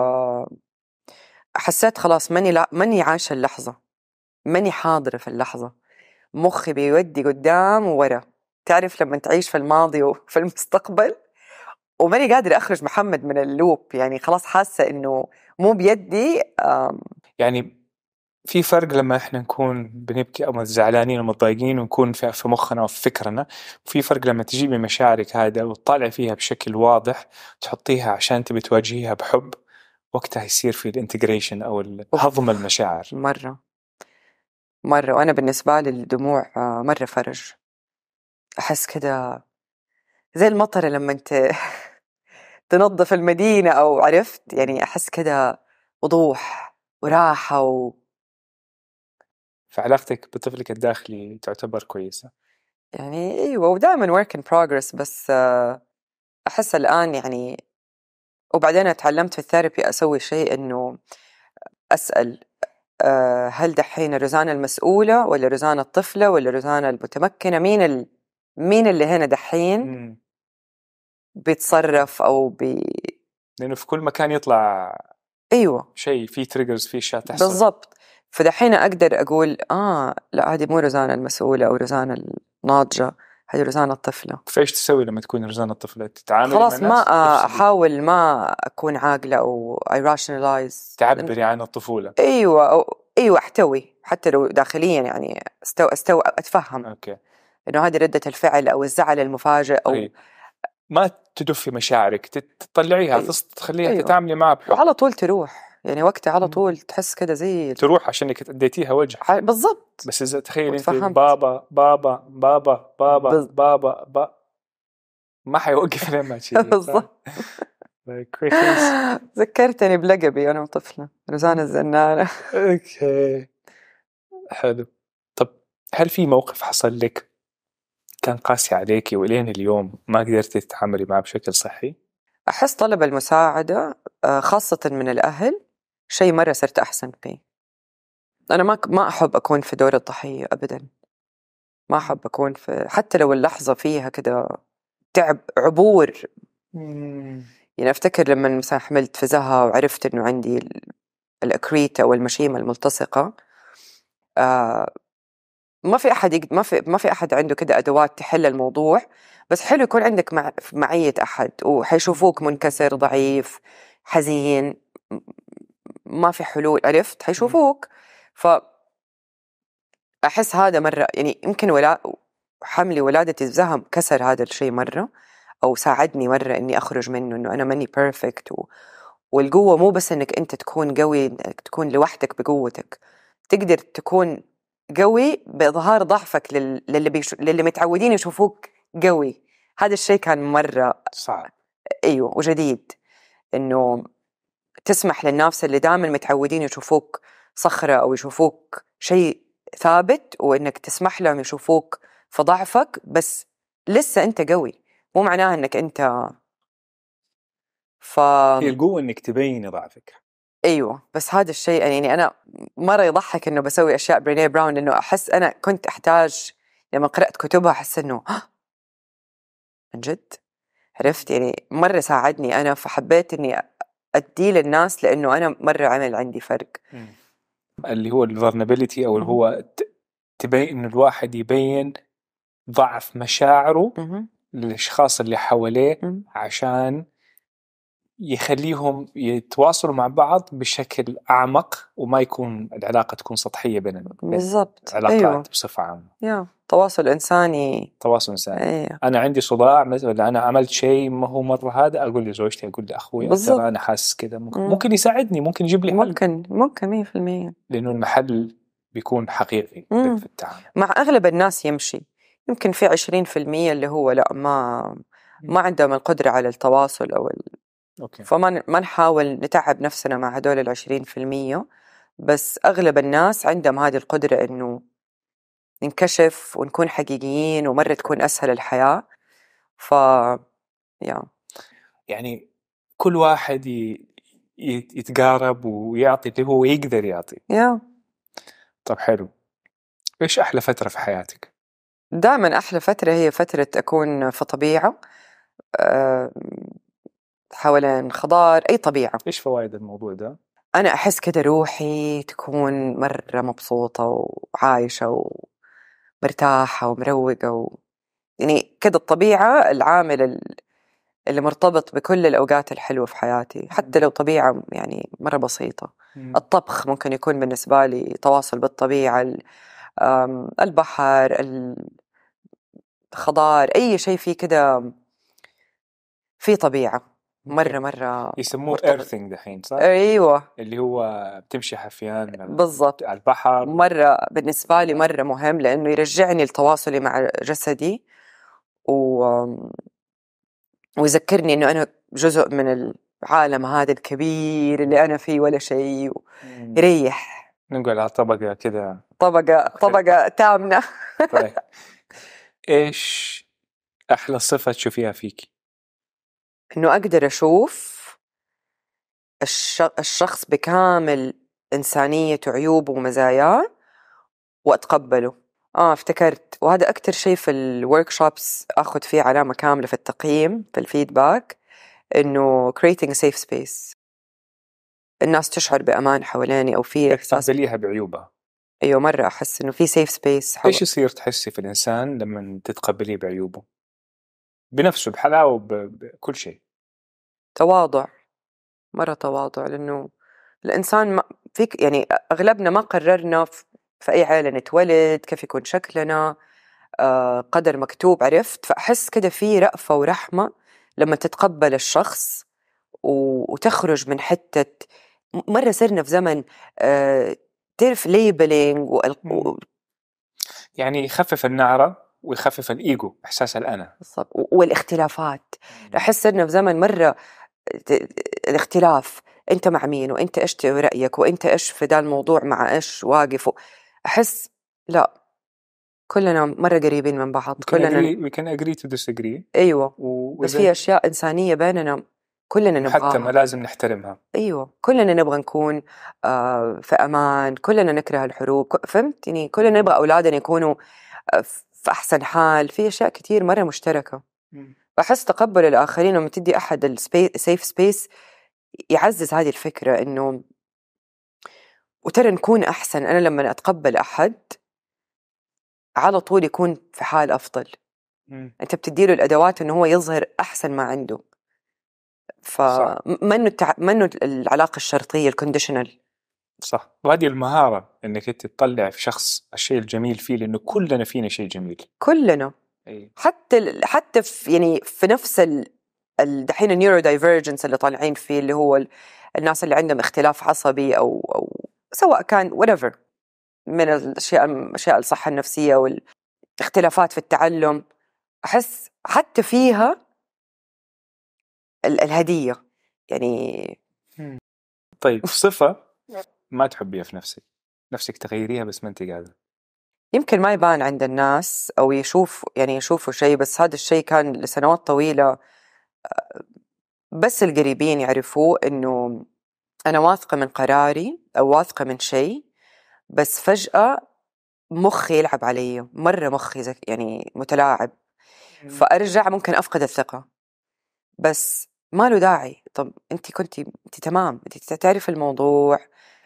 وحسيت خلاص ماني لا ماني عايشة اللحظة، ماني حاضرة في اللحظة، مخي بيودي قدام وورا. تعرف لما تعيش في الماضي وفي المستقبل، وماني قادرة أخرج محمد من اللوب، يعني خلاص حاسة إنه مو بيدي. يعني في فرق لما إحنا نكون بنبكي أو زعلانين أو متضايقين ونكون في مخنا وفي فكرنا، وفي فرق لما تجيبي مشاعرك هذا وتطالع فيها بشكل واضح، تحطيها عشان تبي تواجهيها بحب، وقتها يصير في الانتجريشن أو هضم المشاعر. مرة مرة. وأنا بالنسبة لي الدموع مرة فرج. أحس كده زي المطر لما أنت تنظف المدينة أو عرفت، يعني أحس كده وضوح وراحة و... فعلاقتك بطفلك الداخلي تعتبر كويسة؟ يعني أيوة، ودائما work in progress، بس أحس الآن يعني. وبعدين اتعلمت في الثيرابي أسوي شيء إنه أسأل هل دحين روزانا المسؤولة ولا روزانا الطفلة ولا روزانا المتمكنة؟ مين ال... مين اللي هنا دحين م. بيتصرف أو بي... لأنه في كل مكان يطلع أيوة شيء، في تريجرز، في أشياء تحصل بالضبط. فدحين أقدر أقول آه لا، هذه مو روزانا المسؤولة أو روزانا الناضجة، هذه روزانا الطفلة. فإيش تسوي لما تكون روزانا الطفلة؟ تتعامل خلاص مع الناس؟ ما أحاول ما أكون عاقلة أو I rationalize، تعبري عن الطفولة. أيوة أو أيوة أحتوي حتى لو داخليا، يعني استو استو أتفهم أوكي. إنه هذه ردة الفعل أو الزعل المفاجئ أو أي. ما تدفي مشاعرك، تطلعيها، أيوة. تخليها أيوة. تتعاملي معها بحب، وعلى طول تروح، يعني وقتها على طول تحس كده زي تروح عشانك اديتيها وجه. بالضبط. بس إذا تخيل أنت بابا بابا بابا بابا بز... بابا با... ما حيوقف لما تشيل. بالضبط. ذكرتني بلقبي وأنا طفلة، روزانا الزنانة. أوكي حلو. طب هل في موقف حصل لك كان قاسي عليكي وإلين اليوم ما قدرتي تتعاملي معه بشكل صحي؟ أحس طلب المساعدة خاصة من الأهل شيء مرة صرت أحسن فيه. أنا ما ما أحب أكون في دور الضحية أبدا، ما أحب أكون في، حتى لو اللحظة فيها كده تعب عبور. يعني أفتكر لما مثلا حملت فزها وعرفت إنه عندي الأكريتا والمشيمة الملتصقة، آه ما في أحد يقد... ما في ما في أحد عنده كده أدوات تحل الموضوع، بس حلو يكون عندك مع... معية أحد، وحيشوفوك منكسر ضعيف حزين ما في حلول، عرفت، حيشوفوك. فأحس هذا مرة يعني يمكن ولا حملي ولادتي زهم كسر هذا الشيء مرة، أو ساعدني مرة إني أخرج منه، إنه أنا ماني بيرفكت. و... والقوة مو بس إنك أنت تكون قوي، إنك تكون لوحدك بقوتك، تقدر تكون قوي بإظهار ضعفك لل... للي, بيش... للي متعودين يشوفوك قوي. هذا الشيء كان مرة صعب. أيوه وجديد، إنه تسمح للناس اللي دائما متعودين يشوفوك صخرة أو يشوفوك شيء ثابت، وإنك تسمح لهم يشوفوك في ضعفك، بس لسه أنت قوي، مو معناها إنك أنت ف... هي القوة إنك تبين ضعفك. أيوة، بس هذا الشيء يعني أنا مرة يضحك إنه بسوي أشياء برينيه براون، إنه أحس أنا كنت أحتاج لما قرأت كتبها أحس إنه من جد، عرفت يعني مرة ساعدني أنا، فحبيت إني أدي للناس لأنه أنا مرة عمل عندي فرق. م. اللي هو الفولنربيليتي أو اللي هو تبين إنه الواحد يبين ضعف مشاعره م- للأشخاص اللي حواليه م. عشان يخليهم يتواصلوا مع بعض بشكل أعمق، وما يكون العلاقة تكون سطحية بين بالضبط. علاقات أيوة. بصفة عامة. يا تواصل إنساني. تواصل إنساني. أيوة. أنا عندي صداع مثلا، أنا عملت شيء ما هو مرة، هذا أقول لزوجتي، أقول لأخوي ترى أنا حاسس كذا، ممكن, ممكن يساعدني، ممكن يجيب لي حل، ممكن ممكن مية في المية، لأنه المحل بيكون حقيقي مم. في التعامل. مع أغلب الناس يمشي، يمكن في عشرين في المية اللي هو لا ما ما عندهم القدرة على التواصل أو ال... أوكي. فما ما نحاول نتعب نفسنا مع هدول العشرين في المية، بس أغلب الناس عندهم هذه القدرة إنه ننكشف ونكون حقيقيين، ومرة تكون أسهل الحياة. ف يا يعني كل واحد ي... يتقارب ويعطي اللي هو يقدر يعطي. يا طب حلو، إيش أحلى فترة في حياتك؟ دائما أحلى فترة هي فترة أكون في طبيعة، أه... حوالين خضار، أي طبيعة. إيش فوائد الموضوع ده؟ أنا أحس كده روحي تكون مرة مبسوطة وعايشة ومرتاحة ومروقة و... يعني كده الطبيعة العامل اللي مرتبط بكل الأوقات الحلوة في حياتي، حتى لو طبيعة يعني مرة بسيطة. م. الطبخ ممكن يكون بالنسبة لي تواصل بالطبيعة، البحر، الخضار، أي شيء فيه كده في طبيعة مرة مرة يسموه إيرثينج دحين صح؟ أيوة، اللي هو بتمشي حفيان بالضبط على البحر. مرة بالنسبة لي مرة مهم، لأنه يرجعني لتواصلي مع جسدي و... ويذكرني إنه أنا جزء من العالم هذا الكبير اللي أنا فيه ولا شيء، يريح. نقول على طبقة كده، طبقة طبقة تامنة. طيب إيش أحلى صفة تشوفيها فيك؟ إنه أقدر أشوف الشخص بكامل إنسانيته، عيوبه ومزاياه، وأتقبله. آه افتكرت، وهذا أكتر شيء في الوركشوبس أخذ فيه علامة كاملة في التقييم في الفيدباك، إنه creating a safe space، الناس تشعر بأمان حواليني، أو في إحساس تقبليها بعيوبها. أيوة مرة أحس إنه في safe space حول... إيش يصير تحسي في الإنسان لما تتقبليه بعيوبه، بنفسه بحلاوة بكل شيء؟ تواضع، مرة تواضع، لأنه الإنسان ما فيك يعني أغلبنا ما قررنا في أي عائلة نتولد، كيف يكون شكلنا، آه قدر مكتوب، عرفت. فأحس كده في رأفة ورحمة لما تتقبل الشخص وتخرج من حتة. مرة صرنا في زمن آه تعرف ليبلينج و... يعني يخفف النعرة ويخفف الإيجو، إحساس الأنا والاختلافات. أحس صرنا في زمن مرة الاختلاف، أنت مع مين وأنت إيش رأيك وأنت إيش في ذا الموضوع مع إيش واقف. أحس لا، كلنا مرة قريبين من بعض. we can كلنا agree, we can agree to disagree. أيوة، و... بس في أشياء إنسانية بيننا كلنا نبغاها، حتى لازم نحترمها. أيوة، كلنا نبغى نكون آه في أمان، كلنا نكره الحروب، فهمت يعني؟ كلنا نبغى أولادنا يكونوا آه في أحسن حال. في أشياء كتير مرة مشتركة. بحس تقبل الآخرين لما تدي أحد السيف سبيس يعزز هذه الفكرة إنه وترى نكون أحسن. أنا لما أتقبل أحد على طول يكون في حال أفضل. م. أنت بتديله الأدوات إنه هو يظهر أحسن ما عنده. فمنه التع... منه العلاقة الشرطية الكونديشنال. صح. وهذه المهارة إنك أنت تطلع في شخص الشيء الجميل فيه، لأنه كلنا فينا شيء جميل. كلنا. أي. حتى ال... حتى في يعني في نفس ال... الدحين النيورو دايفيرجنس اللي طالعين فيه، اللي هو ال... الناس اللي عندهم اختلاف عصبي أو أو سواء كان whatever من الأشياء الأشياء الصحة النفسية والاختلافات في التعلم. أحس حتى فيها ال... الهدية يعني. طيب صفة ما تحبيها في نفسك، نفسك تغيريها بس ما أنت قادرة. يمكن ما يبان عند الناس أو يشوف يعني يشوفوا شيء، بس هذا الشيء كان لسنوات طويلة بس القريبين يعرفوه، إنه أنا واثقة من قراري أو واثقة من شيء، بس فجأة مخي يلعب علي مرة، مخي زك يعني متلاعب، فأرجع ممكن أفقد الثقة. بس ما له داعي. طب أنت كنتي أنت تمام، أنت تعرف الموضوع،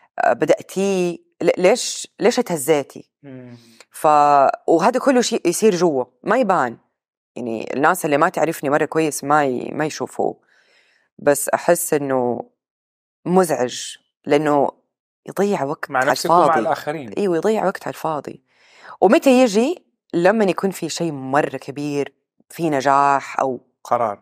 بدأتي ليش ليش تهزيتي؟ ف وهذا كله شيء يصير جوا ما يبان يعني. الناس اللي ما تعرفني مرة كويس ما ي... ما يشوفوه، بس أحس إنه مزعج لأنه يضيع وقت مع نفسك الفاضي. ومع الآخرين. أيوة، يضيع وقت على الفاضي. ومتى يجي؟ لما يكون في شيء مرة كبير، في نجاح أو قرار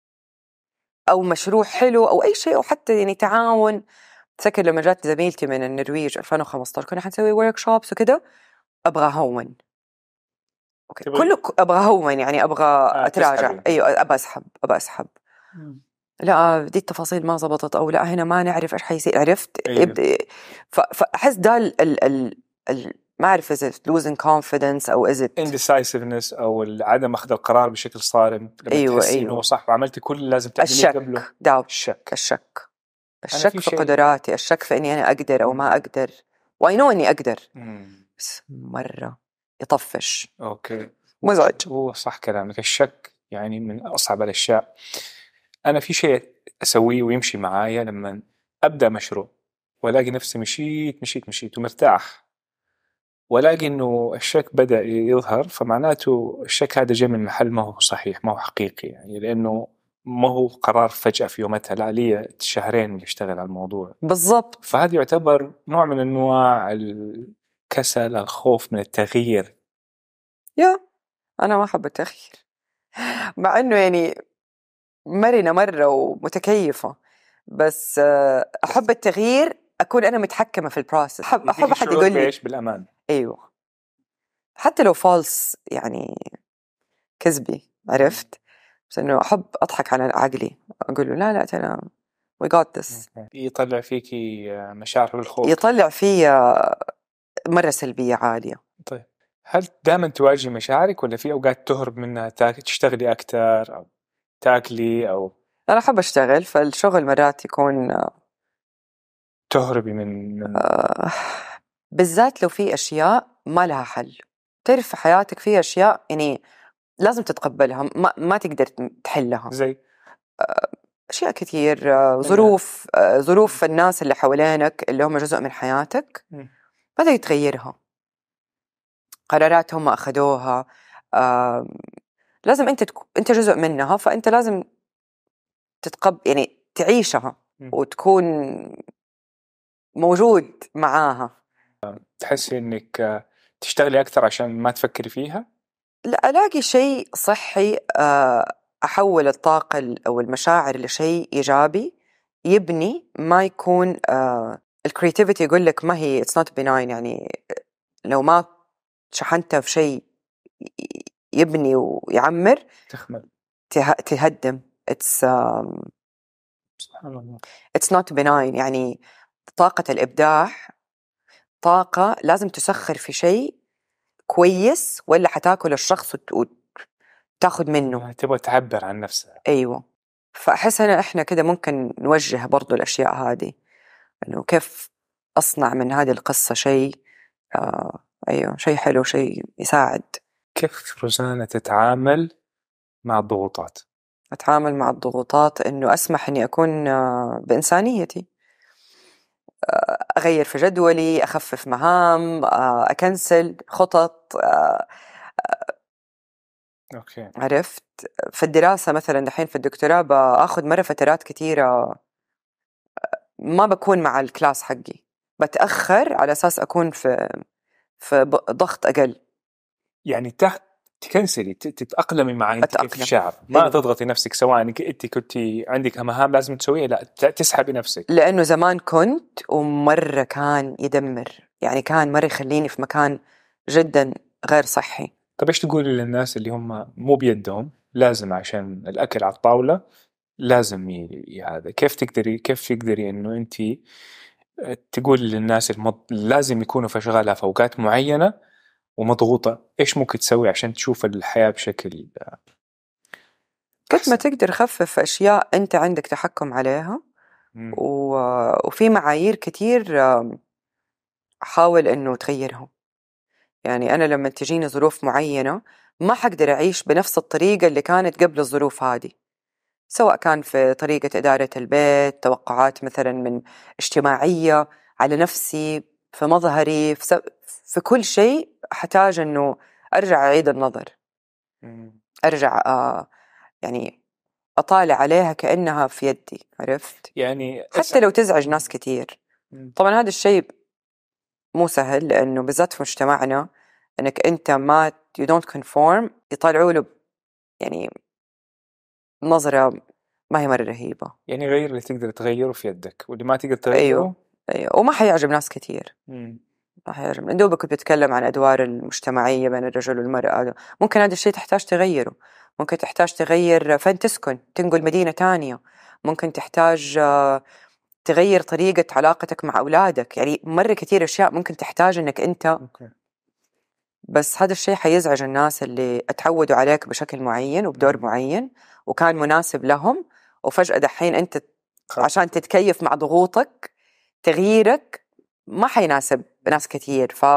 أو مشروع حلو أو أي شيء، أو حتى يعني تعاون. تذكر لما جات زميلتي من النرويج ألفين وخمسة عشر كنا حنسوي ورك شوبس وكده، أبغى هون أوكي. كله أبغى هون يعني أبغى آه أتراجع. أيوة، أبغى أسحب أبغى أسحب مم. لا دي التفاصيل ما زبطت، أو لا هنا ما نعرف إيش حيصير. عرفت؟ أيوة. فأحس ده ال ال ال ال ما أعرف إذا losing confidence أو is it indecisiveness أو عدم أخذ القرار بشكل صارم لما أيوة تحسي أيوة. إنه صح وعملتي كل اللي لازم تعمليه قبله. داو. الشك الشك الشك في, في قدراتي، الشك في إني أنا أقدر أو ما أقدر، وأينو إني أقدر مم. بس مرة يطفش. أوكي، مزعج. هو صح كلامك، الشك يعني من أصعب الأشياء. أنا في شيء أسويه ويمشي معايا لما أبدأ مشروع ولاقي نفسي مشيت مشيت مشيت ومرتاح، ولاقي إنه الشك بدأ يظهر، فمعناته الشك هذا جاي من محل ما هو صحيح، ما هو حقيقي يعني، لأنه ما هو قرار فجأة في يومتها، لا لي شهرين بشتغل على الموضوع بالضبط. فهذا يعتبر نوع من أنواع الكسل، الخوف من التغيير. يا أنا ما أحب التغيير مع أنه يعني مرنة مرة ومتكيفة، بس أحب التغيير أكون أنا متحكمة في البروسس. أحب أحب أحد يقول لي بالأمان. أيوة، حتى لو فالس يعني كذبي، عرفت؟ بس إنه أحب أضحك على عقلي، أقول له لا لا ترى we got this. يطلع فيكي مشاعر بالخوف، يطلع فيها مرة سلبية عالية. طيب هل دائما تواجهي مشاعرك ولا في أوقات تهرب منها، تشتغلي أكتر أو تاكلي؟ أو أنا أحب أشتغل، فالشغل مرات يكون تهربي من, من... آه بالذات لو في أشياء ما لها حل. تعرف في حياتك في أشياء يعني لازم تتقبلها، ما, ما تقدر تحلها. زي أشياء كثير، ظروف ظروف الناس اللي حوالينك اللي هم جزء من حياتك ما تقدر تغيرها، قرارات هم أخذوها، لازم أنت تك... أنت جزء منها، فأنت لازم تتقبل يعني تعيشها وتكون موجود معاها. تحسي إنك تشتغلي أكثر عشان ما تفكري فيها؟ لا، ألاقي شيء صحي أحول الطاقة أو المشاعر لشيء إيجابي يبني، ما يكون الكرياتيفيتي يقول لك ما هي it's not benign يعني لو ما شحنتها في شيء يبني ويعمر تخمل ته... تهدم. it's um... سبحان الله. it's not benign. يعني طاقة الإبداع طاقة لازم تسخر في شيء كويس، ولا حتاكل الشخص وتاخد منه. يعني تبغى تعبر عن نفسها. أيوة. فأحس أنا إحنا كده ممكن نوجه برضو الأشياء هذه، إنه كيف أصنع من هذه القصة شيء آه أيوة شيء حلو، شيء يساعد. كيف روزانا تتعامل مع الضغوطات؟ أتعامل مع الضغوطات إنه أسمح إني أكون آه بإنسانيتي، آه أغير في جدولي، أخفف مهام، آه أكنسل خطط. آه أوكي. عرفت. في الدراسة مثلا دحين في الدكتوراه بأخذ مرة فترات كتيرة ما بكون مع الكلاس حقي، بتأخر على أساس أكون في في ضغط أقل. يعني تحت تكنسلي تتأقلمي مع أنت كيف الشعب، ما أيوة. تضغطي نفسك سواء أنك أنت كنت عندك مهام لازم تسويها، لا تسحبي نفسك. لأنه زمان كنت ومرة كان يدمر، يعني كان مرة يخليني في مكان جدا غير صحي. طب إيش تقولي للناس اللي هم مو بيدهم لازم عشان الأكل على الطاولة لازم ي... هذا كيف تقدري كيف تقدري إنه أنت تقول للناس المض... لازم يكونوا في شغالها في أوقات معينة ومضغوطة، إيش ممكن تسوي عشان تشوف الحياة بشكل قد ما تقدر خفف أشياء أنت عندك تحكم عليها، و... وفي معايير كتير حاول أنه تغيرهم. يعني أنا لما تجيني ظروف معينة ما حقدر أعيش بنفس الطريقة اللي كانت قبل الظروف هذه، سواء كان في طريقة إدارة البيت، توقعات مثلا من اجتماعية على نفسي، في مظهري، في, س... في كل شيء حتاج أنه أرجع أعيد النظر. أرجع آه يعني أطالع عليها كأنها في يدي. عرفت. يعني حتى لو تزعج ناس كتير. طبعا هذا الشيء مو سهل، لأنه بالذات في مجتمعنا أنك أنت ما you don't conform يطالعوا له يعني نظرة ما هي مرة رهيبة. يعني غير اللي تقدر تغيره في يدك، واللي ما تقدر تغيره أيوه. أيوه. وما حيعجب ناس كتير. مم. ما حيعجب. من دوبك كنت بتكلم عن أدوار المجتمعية بين الرجل والمرأة، ممكن هذا الشيء تحتاج تغيره. ممكن تحتاج تغير فين تسكن، تنقل مدينة تانية. ممكن تحتاج تغير طريقة علاقتك مع أولادك. يعني مرة كتير أشياء ممكن تحتاج أنك أنت أوكي. بس هذا الشيء حيزعج الناس اللي اتعودوا عليك بشكل معين وبدور معين وكان مناسب لهم، وفجأة دحين أنت عشان تتكيف مع ضغوطك تغييرك ما حيناسب ناس كتير. ف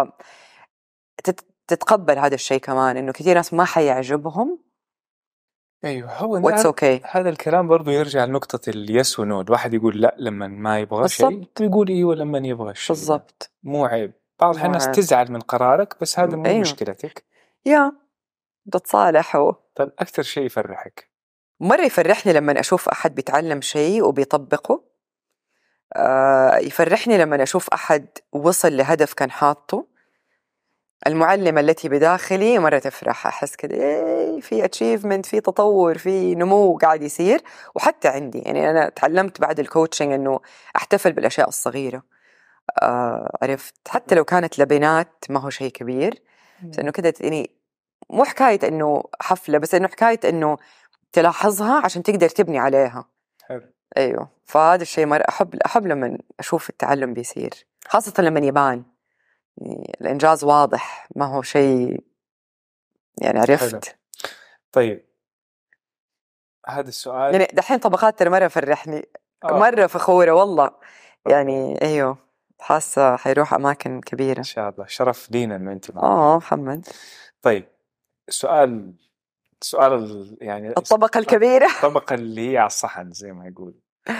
تتقبل هذا الشيء كمان، إنه كتير ناس ما حيعجبهم. أيوه. هو What's okay. هذا الكلام برضو يرجع لنقطة اليس ونو. الواحد يقول لا لما ما يبغى شيء، ويقول إيوه لما يبغى شيء. بالضبط. مو عيب. بعض الناس تزعل من قرارك، بس هذا مو أيوه. مشكلتك. يا تتصالحوا. طيب أكثر شيء يفرحك؟ مرة يفرحني لما أشوف أحد بيتعلم شيء وبيطبقه. آه يفرحني لما أشوف أحد وصل لهدف كان حاطه. المعلمة التي بداخلي مرة تفرح، أحس كده إيه في achievement، في تطور، في نمو قاعد يصير. وحتى عندي يعني أنا تعلمت بعد الكوتشنج إنه أحتفل بالأشياء الصغيرة. آه عرفت. حتى لو كانت لبنات ما هو شيء كبير، بس إنه كده يعني مو حكاية إنه حفلة، بس إنه حكاية إنه تلاحظها عشان تقدر تبني عليها. حلو. أيوه. فهذا الشيء مرة أحب أحب لما أشوف التعلم بيصير، خاصة لما يبان يعني الإنجاز واضح، ما هو شيء يعني عرفت. حلو. طيب هذا السؤال يعني دحين طبقات ترى مرة فرحني. آه. مرة فخورة والله. يعني أيوه حاسة حيروح أماكن كبيرة إن شاء الله. شرف لينا إنه أنت معنا. آه محمد. طيب السؤال سؤال يعني الطبقة الكبيرة. الطبقة اللي هي على الصحن زي ما يقول.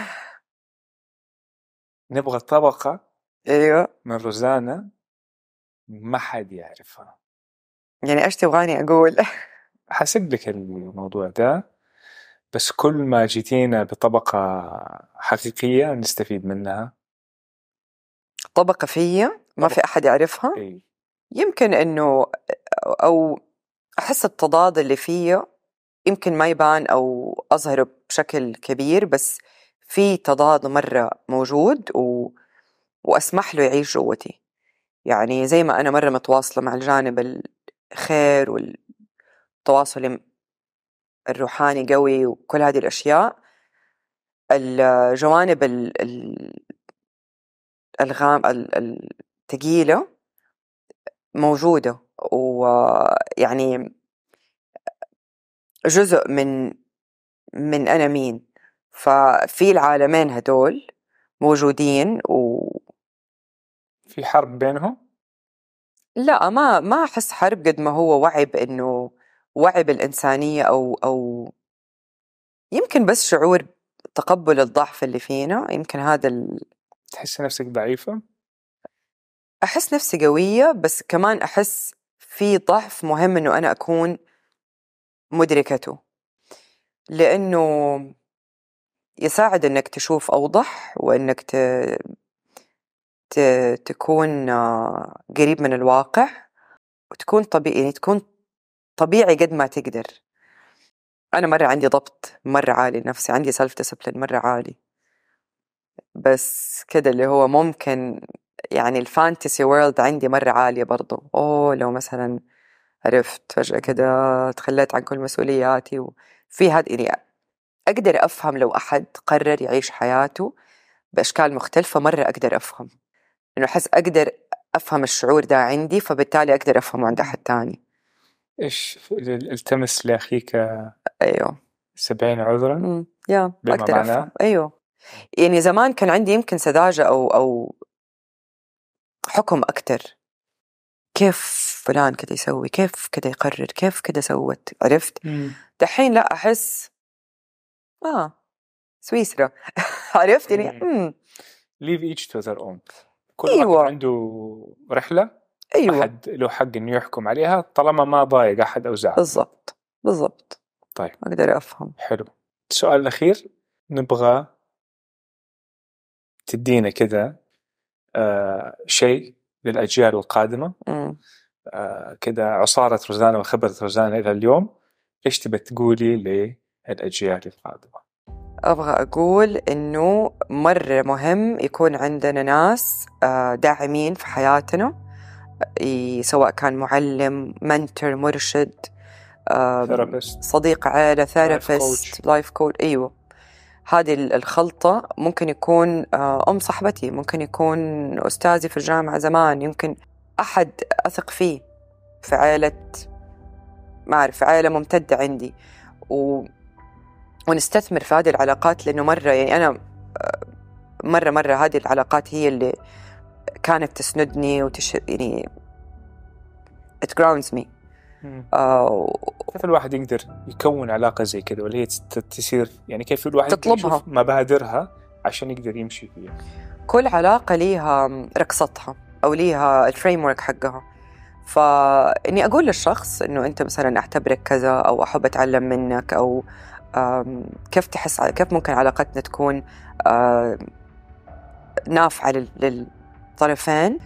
نبغى طبقة أيوه من روزانا ما حد يعرفها. يعني إيش تبغاني أقول؟ حسب لك الموضوع ده، بس كل ما جيتينا بطبقة حقيقية نستفيد منها. طبقة فيا ما في أحد يعرفها. إيه؟ يمكن إنه أو أحس التضاد اللي فيا يمكن ما يبان أو أظهره بشكل كبير، بس في تضاد مرة موجود و... وأسمح له يعيش جوتي. يعني زي ما أنا مرة متواصلة مع الجانب الخير والتواصل الروحاني قوي وكل هذه الأشياء، الجوانب الغام الثقيلة موجودة، ويعني جزء من من أنا مين. ففي العالمين هدول موجودين. و في حرب بينهم؟ لا، ما ما أحس حرب قد ما هو وعي بأنه وعي بالإنسانية، أو أو يمكن بس شعور تقبل الضعف اللي فينا. يمكن هذا ال... تحس نفسك ضعيفة؟ أحس نفسي قوية، بس كمان أحس في ضعف مهم أنه أنا أكون مدركته، لأنه يساعد أنك تشوف أوضح، وأنك ت... ت... تكون قريب من الواقع، وتكون طبيعي، يعني تكون طبيعي قد ما تقدر. أنا مرة عندي ضبط مرة عالي نفسي، عندي سيلف ديسيبلين مرة عالي، بس كده اللي هو ممكن يعني الفانتسي وورلد عندي مرة عالية برضو. أوه لو مثلا عرفت فجأة كده تخليت عن كل مسؤولياتي، وفي هذا يعني أقدر أفهم لو أحد قرر يعيش حياته بأشكال مختلفة. مرة أقدر أفهم، إنه أحس أقدر أفهم الشعور ده عندي، فبالتالي أقدر أفهمه عند أحد تاني. إيش التمس لأخيك أيوه سبعين عذرا؟ مم. يا بما أقدر معناه أفهم. أيوه يعني زمان كان عندي يمكن سذاجة أو أو حكم أكتر، كيف فلان كده يسوي، كيف كده يقرر، كيف كده سوت، عرفت؟ دحين لا، أحس آه سويسرا عرفت يعني امم leave each to their own. كل أيوة. واحد عنده رحلة، أيوة. أحد له حق إنه يحكم عليها طالما ما ضايق أحد أو زعل. بالضبط بالضبط. طيب أقدر أفهم. حلو. السؤال الأخير، نبغى تدينا كذا آه شيء للأجيال القادمة، آه كذا عصارة روزانا وخبرة روزانا إلى اليوم، إيش تبى تقولي للأجيال القادمة؟ أبغى أقول إنه مرة مهم يكون عندنا ناس داعمين في حياتنا، سواء كان معلم، منتور، مرشد، صديق عائلة، ثيرابيست، لايف كوتش. أيوة هذه الخلطة. ممكن يكون أم صاحبتي، ممكن يكون أستاذي في الجامعة زمان، يمكن أحد أثق فيه في عائلة، ما أعرف، عائلة ممتدة عندي، و ونستثمر في هذه العلاقات. لأنه مرة يعني أنا مرة مرة هذه العلاقات هي اللي كانت تسندني وتش يعني it grounds me. آه كيف الواحد يقدر يكون علاقة زي كذا، ولا هي تصير يعني كيف الواحد تطلبها، يشوف مبادرها عشان يقدر يمشي فيها؟ كل علاقة ليها رقصتها أو ليها الفريمورك حقها. فإني أقول للشخص إنه أنت مثلا أعتبرك كذا، أو أحب أتعلم منك، أو كيف تحس، كيف ممكن علاقتنا تكون نافعة للطرفين.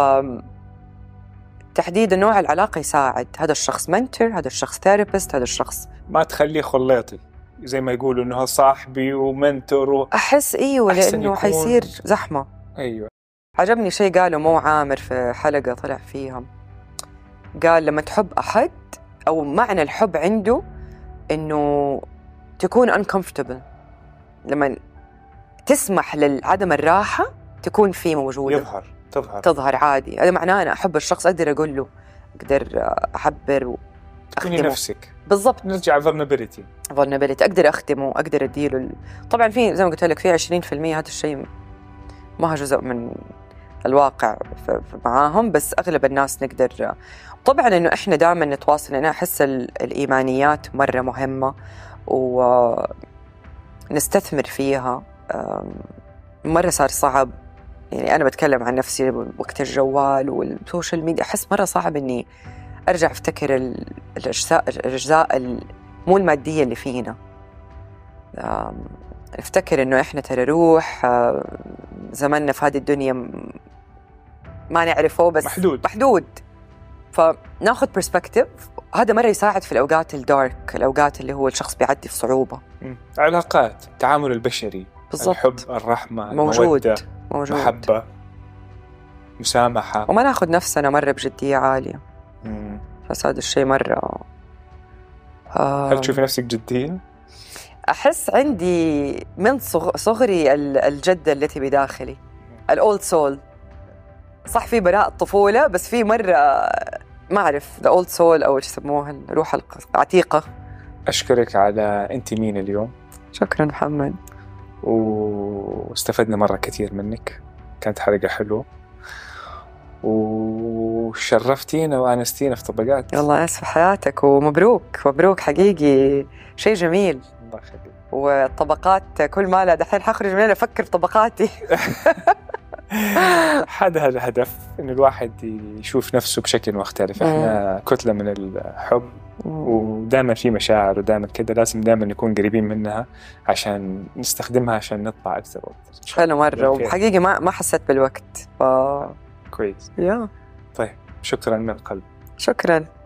فتحديد نوع العلاقة يساعد. هذا الشخص منتور، هذا الشخص ثيرابيست، هذا الشخص ما تخليه خليطي زي ما يقولوا إنه صاحبي ومنتور و... أحس إيوه، لأنه يكون... حيصير زحمة. أيوة. عجبني شيء قاله مو عامر في حلقة طلع فيها، قال لما تحب أحد، أو معنى الحب عنده إنه تكون uncomfortable، لما تسمح لعدم الراحة تكون فيه موجودة، يظهر تظهر تظهر عادي. هذا معناه أنا أحب الشخص، أقدر أقول له، أقدر أحبر وأخدمه نفسك. بالضبط، نرجع vulnerability vulnerability أقدر أخدمه، أقدر أديله ال... طبعا في زي ما قلت لك في عشرين في المية هذا الشيء ما هو جزء من الواقع معاهم، بس أغلب الناس نقدر. طبعا إنه إحنا دائما نتواصل. أنا أحس الإيمانيات مرة مهمة ونستثمر فيها. مرة صار صعب، يعني أنا بتكلم عن نفسي وقت الجوال والسوشيال ميديا، أحس مرة صعب إني أرجع أفتكر الأجزاء الأجزاء مو المادية اللي فينا. افتكر إنه إحنا ترى روح، زماننا في هذه الدنيا ما نعرفه، بس محدود محدود. فناخذ برسبكتيف، هذا مرة يساعد في الأوقات الدارك، الأوقات اللي هو الشخص بيعدي في صعوبة. علاقات، التعامل البشري، بالضبط. الحب، الرحمة، موجود. المودة، موجود. محبة، مسامحة، وما ناخذ نفسنا مرة بجدية عالية. بس هذا الشيء مرة. هل تشوفي نفسك جدية؟ أحس عندي من صغ- صغري ال- الجدة التي بداخلي، الأولد سول. صح في براءة الطفولة، بس في مرة ما أعرف ذا أولد سول أو إيش يسموها، الروح العتيقة. أشكرك على أنت مين اليوم. شكرا محمد، واستفدنا مرة كثير منك، كانت حلقة حلوة وشرفتينا وآنستينا في طبقات. الله يسعد حياتك ومبروك مبروك حقيقي، شيء جميل. الله يخليك. والطبقات كل ما لا دحين حخرج من هنا أفكر طبقاتي. هذا الهدف، إن الواحد يشوف نفسه بشكل مختلف. إحنا كتلة من الحب، ودائما في مشاعر، ودائما كده لازم دائما نكون قريبين منها عشان نستخدمها عشان نطلع أكثر وأكثر. حلو مرة، وحقيقي ما ما حسيت بالوقت. ف... كويس. يا طيب شكرا من القلب. شكرا.